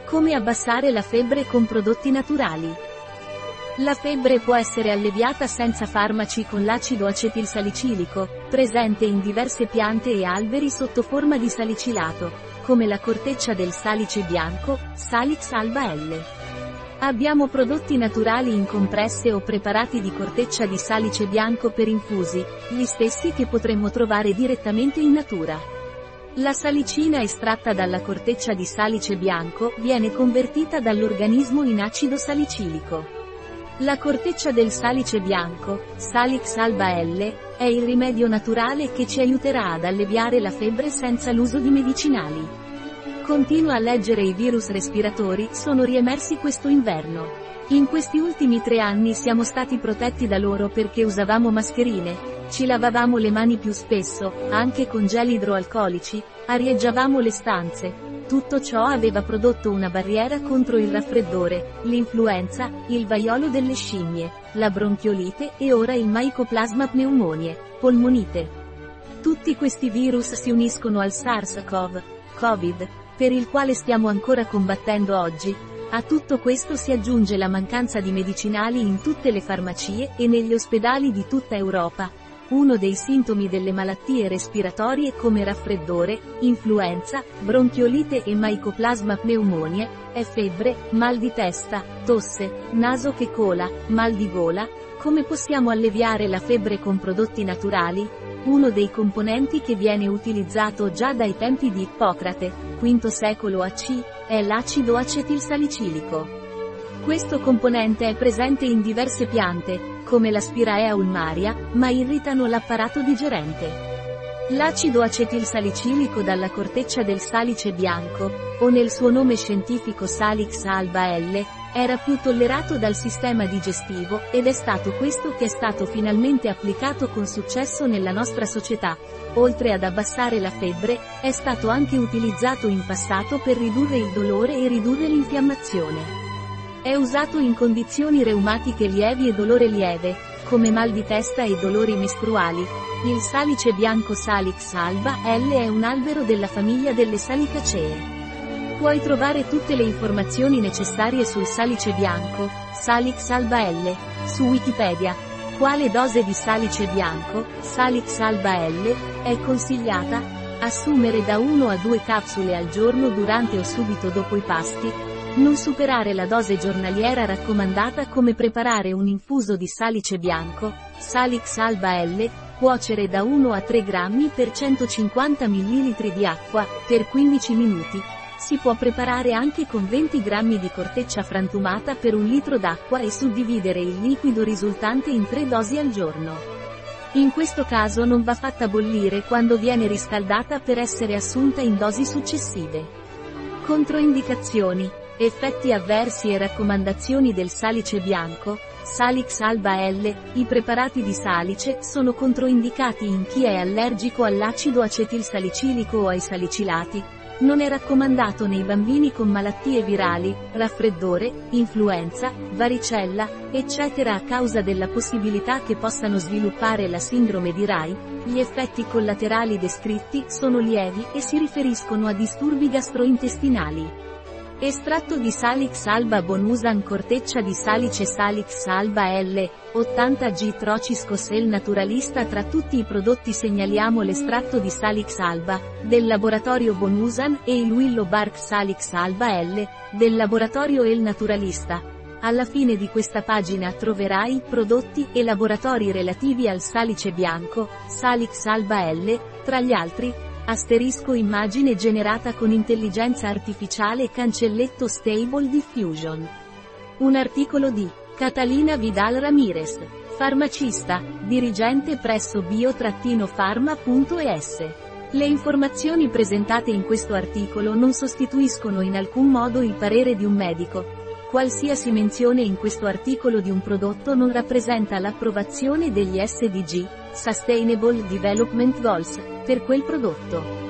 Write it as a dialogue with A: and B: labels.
A: Come abbassare la febbre con prodotti naturali? La febbre può essere alleviata senza farmaci con l'acido acetilsalicilico, presente in diverse piante e alberi sotto forma di salicilato, come la corteccia del salice bianco, Salix alba L. Abbiamo prodotti naturali in compresse o preparati di corteccia di salice bianco per infusi, gli stessi che potremmo trovare direttamente in natura. La salicina estratta dalla corteccia di salice bianco viene convertita dall'organismo in acido salicilico. La corteccia del salice bianco, Salix alba L, è il rimedio naturale che ci aiuterà ad alleviare la febbre senza l'uso di medicinali. Continua a leggere i virus respiratori sono riemersi questo inverno. In questi ultimi 3 anni siamo stati protetti da loro perché usavamo mascherine, ci lavavamo le mani più spesso, anche con gel idroalcolici, arieggiavamo le stanze. Tutto ciò aveva prodotto una barriera contro il raffreddore, l'influenza, il vaiolo delle scimmie, la bronchiolite e ora il Mycoplasma pneumoniae, polmonite. Tutti questi virus si uniscono al SARS-CoV, Covid, per il quale stiamo ancora combattendo oggi. A tutto questo si aggiunge la mancanza di medicinali in tutte le farmacie e negli ospedali di tutta Europa. Uno dei sintomi delle malattie respiratorie come raffreddore, influenza, bronchiolite e Mycoplasma pneumoniae, è febbre, mal di testa, tosse, naso che cola, mal di gola. Come possiamo alleviare la febbre con prodotti naturali? Uno dei componenti che viene utilizzato già dai tempi di Ippocrate, V secolo AC, è l'acido acetilsalicilico. Questo componente è presente in diverse piante, come la Spiraea ulmaria, ma irritano l'apparato digerente. L'acido acetilsalicilico dalla corteccia del salice bianco, o nel suo nome scientifico Salix alba L, era più tollerato dal sistema digestivo, ed è stato questo che è stato finalmente applicato con successo nella nostra società. Oltre ad abbassare la febbre, è stato anche utilizzato in passato per ridurre il dolore e ridurre l'infiammazione. È usato in condizioni reumatiche lievi e dolore lieve, come mal di testa e dolori mestruali. Il salice bianco Salix alba L è un albero della famiglia delle salicacee. Puoi trovare tutte le informazioni necessarie sul salice bianco, Salix alba L, su Wikipedia. Quale dose di salice bianco, Salix alba L, è consigliata? Assumere da 1 a 2 capsule al giorno durante o subito dopo i pasti. Non superare la dose giornaliera raccomandata come preparare un infuso di salice bianco, Salix alba L, cuocere da 1 a 3 grammi per 150 ml di acqua, per 15 minuti. Si può preparare anche con 20 grammi di corteccia frantumata per 1 litro d'acqua e suddividere il liquido risultante in 3 dosi al giorno. In questo caso non va fatta bollire quando viene riscaldata per essere assunta in dosi successive. Controindicazioni. Effetti avversi e raccomandazioni del salice bianco, Salix alba L, i preparati di salice sono controindicati in chi è allergico all'acido acetilsalicilico o ai salicilati. Non è raccomandato nei bambini con malattie virali, raffreddore, influenza, varicella, eccetera a causa della possibilità che possano sviluppare la sindrome di Rai. Gli effetti collaterali descritti sono lievi e si riferiscono a disturbi gastrointestinali. Estratto di Salix alba bonusan corteccia di salice Salix alba L, 80 g Trociscos El naturalista. Tra tutti i prodotti segnaliamo l'estratto di Salix alba, del laboratorio Bonusan, e il Willow Bark Salix alba L, del laboratorio El naturalista. Alla fine di questa pagina troverai prodotti e laboratori relativi al salice bianco, Salix alba L, tra gli altri, immagine generata con intelligenza artificiale cancelletto Stable Diffusion. Un articolo di Catalina Vidal Ramirez, farmacista, dirigente presso bio-pharma.es. Le informazioni presentate in questo articolo non sostituiscono in alcun modo il parere di un medico. Qualsiasi menzione in questo articolo di un prodotto non rappresenta l'approvazione degli SDG, Sustainable Development Goals, per quel prodotto.